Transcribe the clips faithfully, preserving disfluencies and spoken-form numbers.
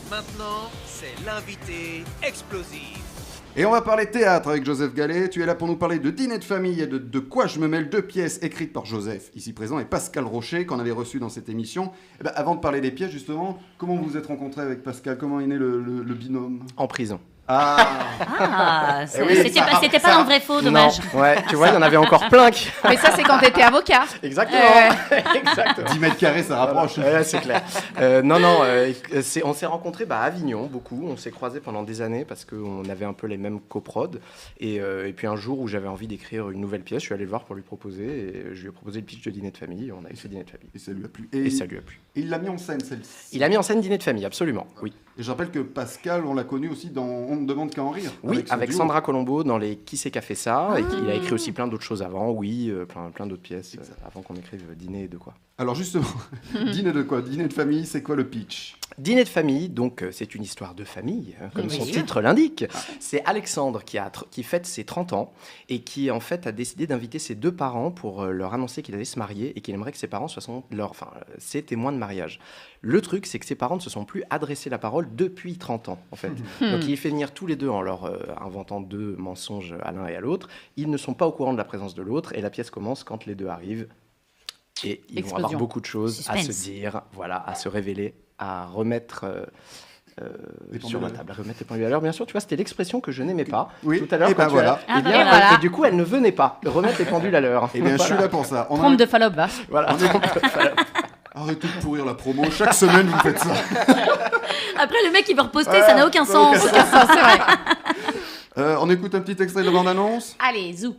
Maintenant, c'est l'invité explosif. Et on va parler théâtre avec Joseph Gallet. Tu es là pour nous parler de Dîner de famille et de De quoi je me mêle, deux pièces écrites par Joseph, ici présent, et Pascal Rocher, qu'on avait reçu dans cette émission. Et ben, avant de parler des pièces, justement, comment vous vous êtes rencontrés avec Pascal? Comment est né le, le, le binôme? En prison. Ah, Ah, Eh oui, c'était ça- pas, c'était pas ça- dans le vrai faux, dommage. Non, ouais, tu vois, il y en avait encore plein qui... Mais ça, c'est quand t'étais avocat. Exactement. Exactement. dix mètres carrés, ça rapproche. Voilà. Ouais, c'est clair. Euh, non, non, euh, c'est- on s'est rencontrés bah, à Avignon, beaucoup. On s'est croisés pendant des années parce qu'on avait un peu les mêmes coprods. Et, euh, et puis un jour où j'avais envie d'écrire une nouvelle pièce, je suis allé le voir pour lui proposer. Et je lui ai proposé le pitch de Dîner de famille. On a fait Dîner de famille. Et ça lui a plu. Et ça lui a plu. Et il l'a mis en scène, celle-ci. Il a mis en scène Dîner de famille, absolument, oui. Et je rappelle que Pascal, on l'a connu aussi dans On ne demande qu'à en rire. Oui, son avec duo. Sandra Colombo dans les Qui c'est qui a fait ça. Et il a écrit aussi plein d'autres choses avant, oui, euh, plein, plein d'autres pièces euh, avant qu'on écrive Dîner et de quoi. Alors justement, dîner de quoi? Dîner de famille, c'est quoi le pitch? Dîner de famille, donc euh, c'est une histoire de famille, hein, comme Oui. son titre l'indique. C'est Alexandre qui, a, tr- qui fête ses trente ans et qui en fait a décidé d'inviter ses deux parents pour euh, leur annoncer qu'il allait se marier et qu'il aimerait que ses parents soient son- leur, enfin, euh, ses témoins de mariage. Le truc, c'est que ses parents ne se sont plus adressés la parole depuis trente ans, en fait. Donc il les fait venir tous les deux en leur euh, inventant deux mensonges à l'un et à l'autre. Ils ne sont pas au courant de la présence de l'autre et la pièce commence quand les deux arrivent. Et ils vont avoir Explosion. beaucoup de choses à Suspense. se dire, voilà, à se révéler, à remettre euh, euh, Les sur la pendules à table, à remettre les pendules à l'heure. Bien sûr, tu vois, c'était l'expression que je n'aimais pas Oui, tout à l'heure. et quand ben tu voilà. as- Ah, eh bah bien, voilà. elle- Et du coup, elle ne venait pas remettre les pendules à l'heure. Eh bien, je suis Voilà. là pour ça. On a- Trompe de Fallope, va. Voilà. Arrêtez de pourrir la promo. Chaque semaine, vous faites ça. Après, le mec, il veut reposter, Ouais, ça n'a aucun ça n'a aucun sens. sens. Ça, c'est vrai. Euh, on écoute un petit extrait de la bande-annonce. Allez, zou.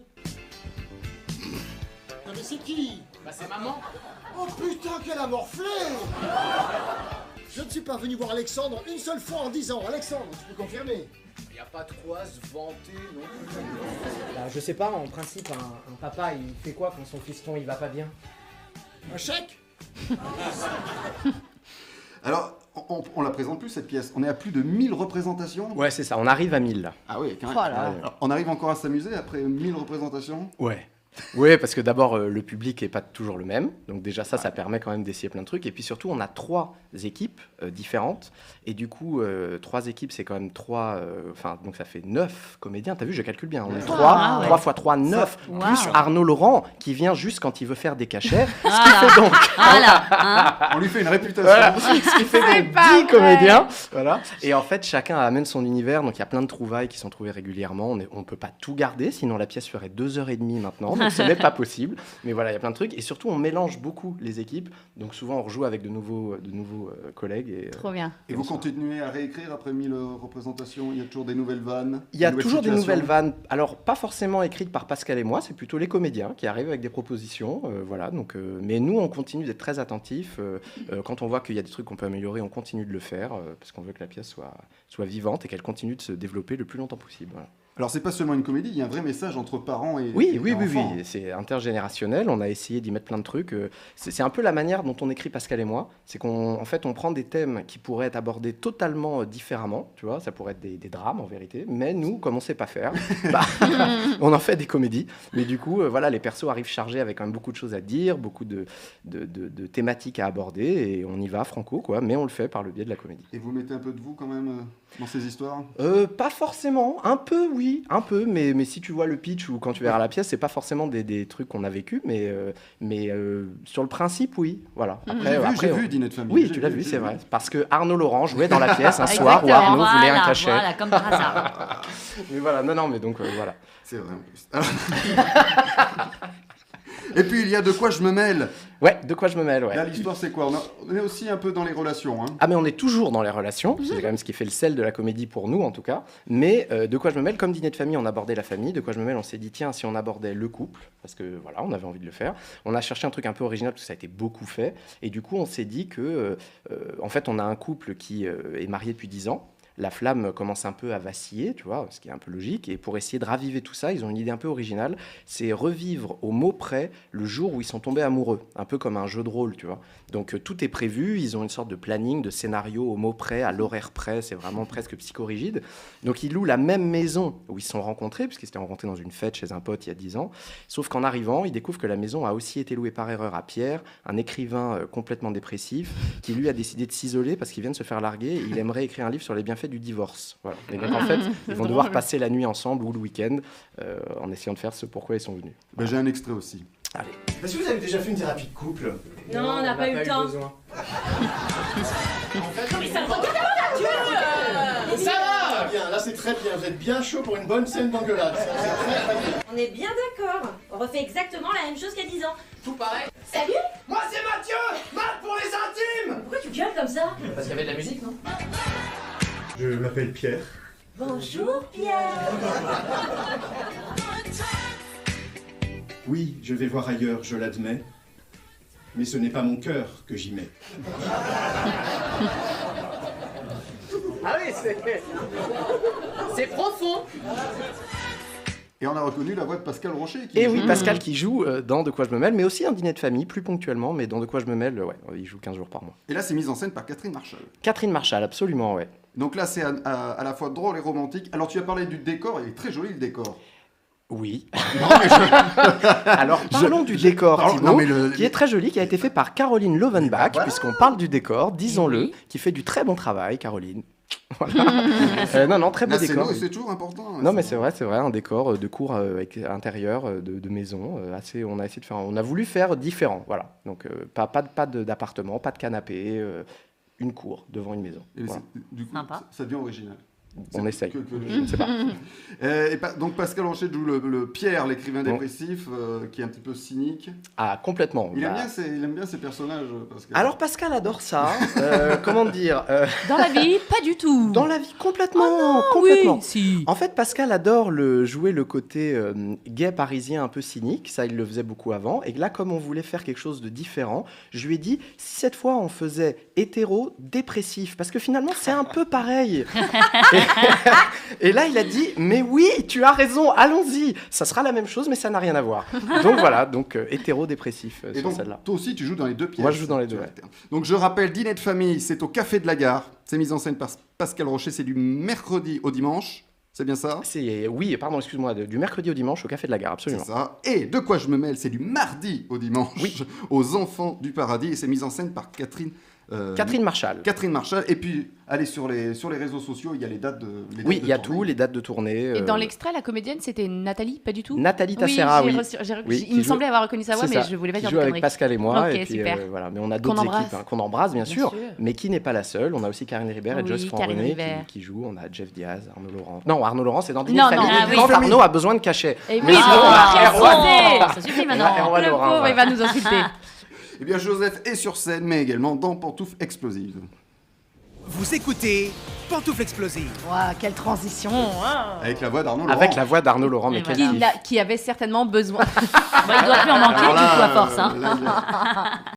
Non mais c'est qui? Bah, c'est maman. Oh putain, quelle a morflé! Je ne suis pas venu voir Alexandre une seule fois en dix ans. Alexandre, tu peux confirmer? Il n'y a pas de quoi se vanter, non? Bah, je sais pas, en principe, un, un papa, il fait quoi quand son fiston il va pas bien? Un chèque? Alors, on, on la présente plus, cette pièce. On est à plus de mille représentations. Ouais, c'est ça. On arrive à mille là. Ah oui, carrément. Oh là. Alors, on arrive encore à s'amuser après mille représentations. Ouais. Oui, parce que d'abord, euh, le public n'est pas toujours le même. Donc déjà, ça, ça permet quand même d'essayer plein de trucs. Et puis surtout, on a trois équipes euh, différentes. Et du coup, euh, trois équipes, c'est quand même trois... euh, Enfin, donc ça fait neuf comédiens. T'as vu, je calcule bien. On est trois. Ah ouais. Trois fois trois, neuf. Wow. Plus Arnaud Laurent, qui vient juste quand il veut faire des cachets. Ce qui Voilà. fait donc... Voilà. Hein. On lui fait une réputation. Voilà, ce qui fait C'est donc pas dix vrai. comédiens. Voilà. Et en fait, chacun amène son univers. Donc il y a plein de trouvailles qui sont trouvées régulièrement. On ne peut pas tout garder, sinon la pièce ferait deux heures et demie maintenant. Donc ce n'est pas possible. Mais voilà, il y a plein de trucs. Et surtout, on mélange beaucoup les équipes. Donc souvent, on rejoue avec de nouveaux, de nouveaux euh, collègues. Et, euh, Trop bien. Et vous continuez à réécrire après mille représentations? Il y a toujours des nouvelles vannes? Il y a nouvelles toujours des situations? nouvelles vannes. Alors, pas forcément écrites par Pascal et moi, c'est plutôt les comédiens qui arrivent avec des propositions. euh, voilà, donc, euh, mais nous, on continue d'être très attentifs. euh, euh, quand on voit qu'il y a des trucs qu'on peut améliorer, on continue de le faire euh, parce qu'on veut que la pièce soit, soit vivante et qu'elle continue de se développer le plus longtemps possible. Voilà. Alors, c'est pas seulement une comédie, il y a un vrai message entre parents et, Oui, et oui, oui, enfants. oui, c'est intergénérationnel. On a essayé d'y mettre plein de trucs. euh, C'est c'est un peu la manière dont on écrit Pascal et moi. C'est qu'en en fait, on prend des thèmes qui pourraient être abordés totalement euh, différemment. Tu vois, ça pourrait être des, des drames en vérité. Mais nous, comme on sait pas faire, bah, on en fait des comédies. Mais du coup, euh, voilà, les persos arrivent chargés avec quand même beaucoup de choses à dire, beaucoup de, de, de- de thématiques à aborder, et on y va franco, quoi. Mais on le fait par le biais de la comédie. Et vous mettez un peu de vous quand même euh, dans ces histoires? Euh, pas forcément, un peu oui, un peu, mais, mais si tu vois le pitch ou quand tu verras la pièce, c'est pas forcément des, des trucs qu'on a vécu, mais, euh, mais euh, sur le principe, oui, voilà. Après, J'ai vu, après, j'ai on- vu Dîner de famille. Oui, J'ai tu l'as vu, j'ai c'est vrai. Parce que Arnaud Laurent jouait dans la pièce un soir où Exactement. Arnaud voulait un Voilà, cachet. voilà, comme par hasard. Mais voilà, non, non, mais donc euh, voilà. C'est vrai en plus. Alors- Et puis il y a De quoi je me mêle. Ouais, de quoi je me mêle, ouais. Là, l'histoire, c'est quoi? On a- on est aussi un peu dans les relations. Hein. Ah mais on est toujours dans les relations, c'est quand même ce qui fait le sel de la comédie pour nous en tout cas, mais euh, de quoi je me mêle, comme Dîner de famille, on abordait la famille, de quoi je me mêle, on s'est dit tiens, si on abordait le couple, parce que voilà, on avait envie de le faire, on a cherché un truc un peu original parce que ça a été beaucoup fait, et du coup on s'est dit que, euh, euh, en fait on a un couple qui euh, est marié depuis dix ans, la flamme commence un peu à vaciller, tu vois, ce qui est un peu logique. Et pour essayer de raviver tout ça, ils ont une idée un peu originale, c'est revivre au mot près le jour où ils sont tombés amoureux, un peu comme un jeu de rôle, tu vois. Donc euh, tout est prévu, ils ont une sorte de planning, de scénario au mot près, à l'horaire près, c'est vraiment presque psychorigide. Donc ils louent la même maison où ils se sont rencontrés, puisqu'ils s'étaient rencontrés dans une fête chez un pote il y a dix ans. Sauf qu'en arrivant, ils découvrent que la maison a aussi été louée par erreur à Pierre, un écrivain euh, complètement dépressif, qui lui a décidé de s'isoler parce qu'il vient de se faire larguer et il aimerait écrire un livre sur les bienfaits du divorce. Voilà. Et donc en fait, ils vont devoir passer la nuit ensemble ou le week-end euh, en essayant de faire ce pourquoi ils sont venus. Ben, j'ai un extrait aussi. Allez. Est-ce que vous avez déjà fait une thérapie de couple? Non, on n'a pas eu le temps. besoin. Mais ça me regarde. Ça va bien, là c'est très bien, vous êtes bien chaud pour une bonne scène d'engueulade. Ça, c'est très, très bien. On est bien d'accord. On refait exactement la même chose qu'il y a dix ans. Tout pareil. Salut. Moi c'est Mathieu, Matt pour les intimes. Pourquoi tu gueules comme ça? Parce qu'il y avait de la musique, non? Je m'appelle Pierre. Bonjour Pierre. Oui, je vais voir ailleurs, je l'admets. Mais ce n'est pas mon cœur que j'y mets. Ah oui, c'est. C'est profond. Et on a reconnu la voix de Pascal Rocher. Qui Et joue- oui, Pascal qui joue euh, dans De quoi je me mêle, mais aussi un dîner de famille, plus ponctuellement, mais dans De quoi je me mêle, euh, ouais, il joue quinze jours par mois. Et là, c'est mis en scène par Catherine Marshall. Catherine Marshall, absolument, ouais. Donc là, c'est à, à- à la fois drôle et romantique. Alors, tu as parlé du décor, il est très joli le décor. Oui. Non, mais je- Alors, parlons du décor, Parlons- Thibaut, non, mais le- qui est très joli, qui a été fait par Caroline Lovenbach, Voilà. puisqu'on parle du décor, disons-le, Oui. qui fait du très bon travail, Caroline. Voilà. Euh, non, non, très beau la décor. scéno, c'est toujours important. Non, mais c'est vrai, c'est vrai, un décor euh, de cour euh, avec intérieur euh, de, de maison. euh, assez, on a essayé de faire, on a voulu faire différent, voilà. Donc euh, pas pas de- pas de- d'appartement, pas de canapé, euh, une cour devant une maison. Et Voilà. c'est- Du coup, Sympa. ça, ça devient original. On C'est- essaye. que- que- Je ne sais pas. Euh, et pa- donc Pascal Rocher joue le, le Pierre, l'écrivain Bon. dépressif, euh, qui est un petit peu cynique. Ah, complètement. Il, aime Bah, bien ses, il aime bien ses personnages, euh, Pascal. Alors Pascal adore ça. euh, comment dire euh, Dans la vie, pas du tout. Dans la vie, complètement, Ah complètement. oui, si. En fait, Pascal adore le, jouer le côté euh, gay parisien un peu cynique. Ça, il le faisait beaucoup avant. Et là, comme on voulait faire quelque chose de différent, je lui ai dit, si cette fois on faisait hétéro dépressif, parce que finalement, c'est un peu pareil. et, et là, il a dit, mais oui, tu as raison, allons-y. Ça sera la même chose, mais ça n'a rien à voir. Donc voilà, donc euh, hétéro dépressif euh, Et sur donc, celle-là. toi aussi, tu joues dans les deux pièces. Moi, je joue dans les Tu deux, alternes. Donc, je rappelle, Dîner de famille, c'est au Café de la Gare. C'est mis en scène par Pascal Rocher. C'est du mercredi au dimanche. C'est bien ça? C'est oui, pardon, excuse-moi, de- du mercredi au dimanche au Café de la Gare, C'est absolument. ça. Et de quoi je me mêle, c'est du mardi au dimanche Oui. aux Enfants du Paradis. Et c'est mis en scène par Catherine. euh, Catherine Marshall. Catherine Marshall. Et puis, allez sur les, sur les réseaux sociaux, il y a les dates de. Les Oui, dates de il y a tournée. tout, les dates de tournée. Et euh, dans l'extrait, la comédienne, c'était Nathalie, pas du tout Nathalie Tassera, oui. oui. j'ai reçu- j'ai reçu- Oui, il qui me joue- semblait avoir reconnu sa voix, C'est mais ça, je voulais pas qui dire joue de avec conneries. Pascal et moi. Ok, et puis, super. euh, voilà. Mais on a Qu'on d'autres embrasse. équipes hein, qu'on embrasse, bien, Bien sûr, sûr. mais qui n'est pas la seule. On a aussi Karine Ribert et Oui, Joss Karine René Ribert. qui, qui jouent. On a Jeff Diaz, Arnaud Laurent. Non, Arnaud Laurent, c'est dans Dîner Non, de non, famille. ah oui. Quand Famille. Arnaud a besoin de cachet. Et Mais oui, sinon, ah, on a quel Erwan. français. Ça suffit On a maintenant. Erwan Le Laurent, pauvre, voilà. il va nous insulter. Eh bien, Joseph est sur scène, mais également dans Pantoufles Explosives. Vous écoutez Pantoufle Explosive. Ouah, quelle transition hein. Avec la voix d'Arnaud Laurent. Avec la voix d'Arnaud Laurent, mais Et quel voilà. qui, kiff. l'a- qui avait certainement besoin. Bon, il doit plus en manquer Alors du là, coup à force. Hein. euh, là, il y a-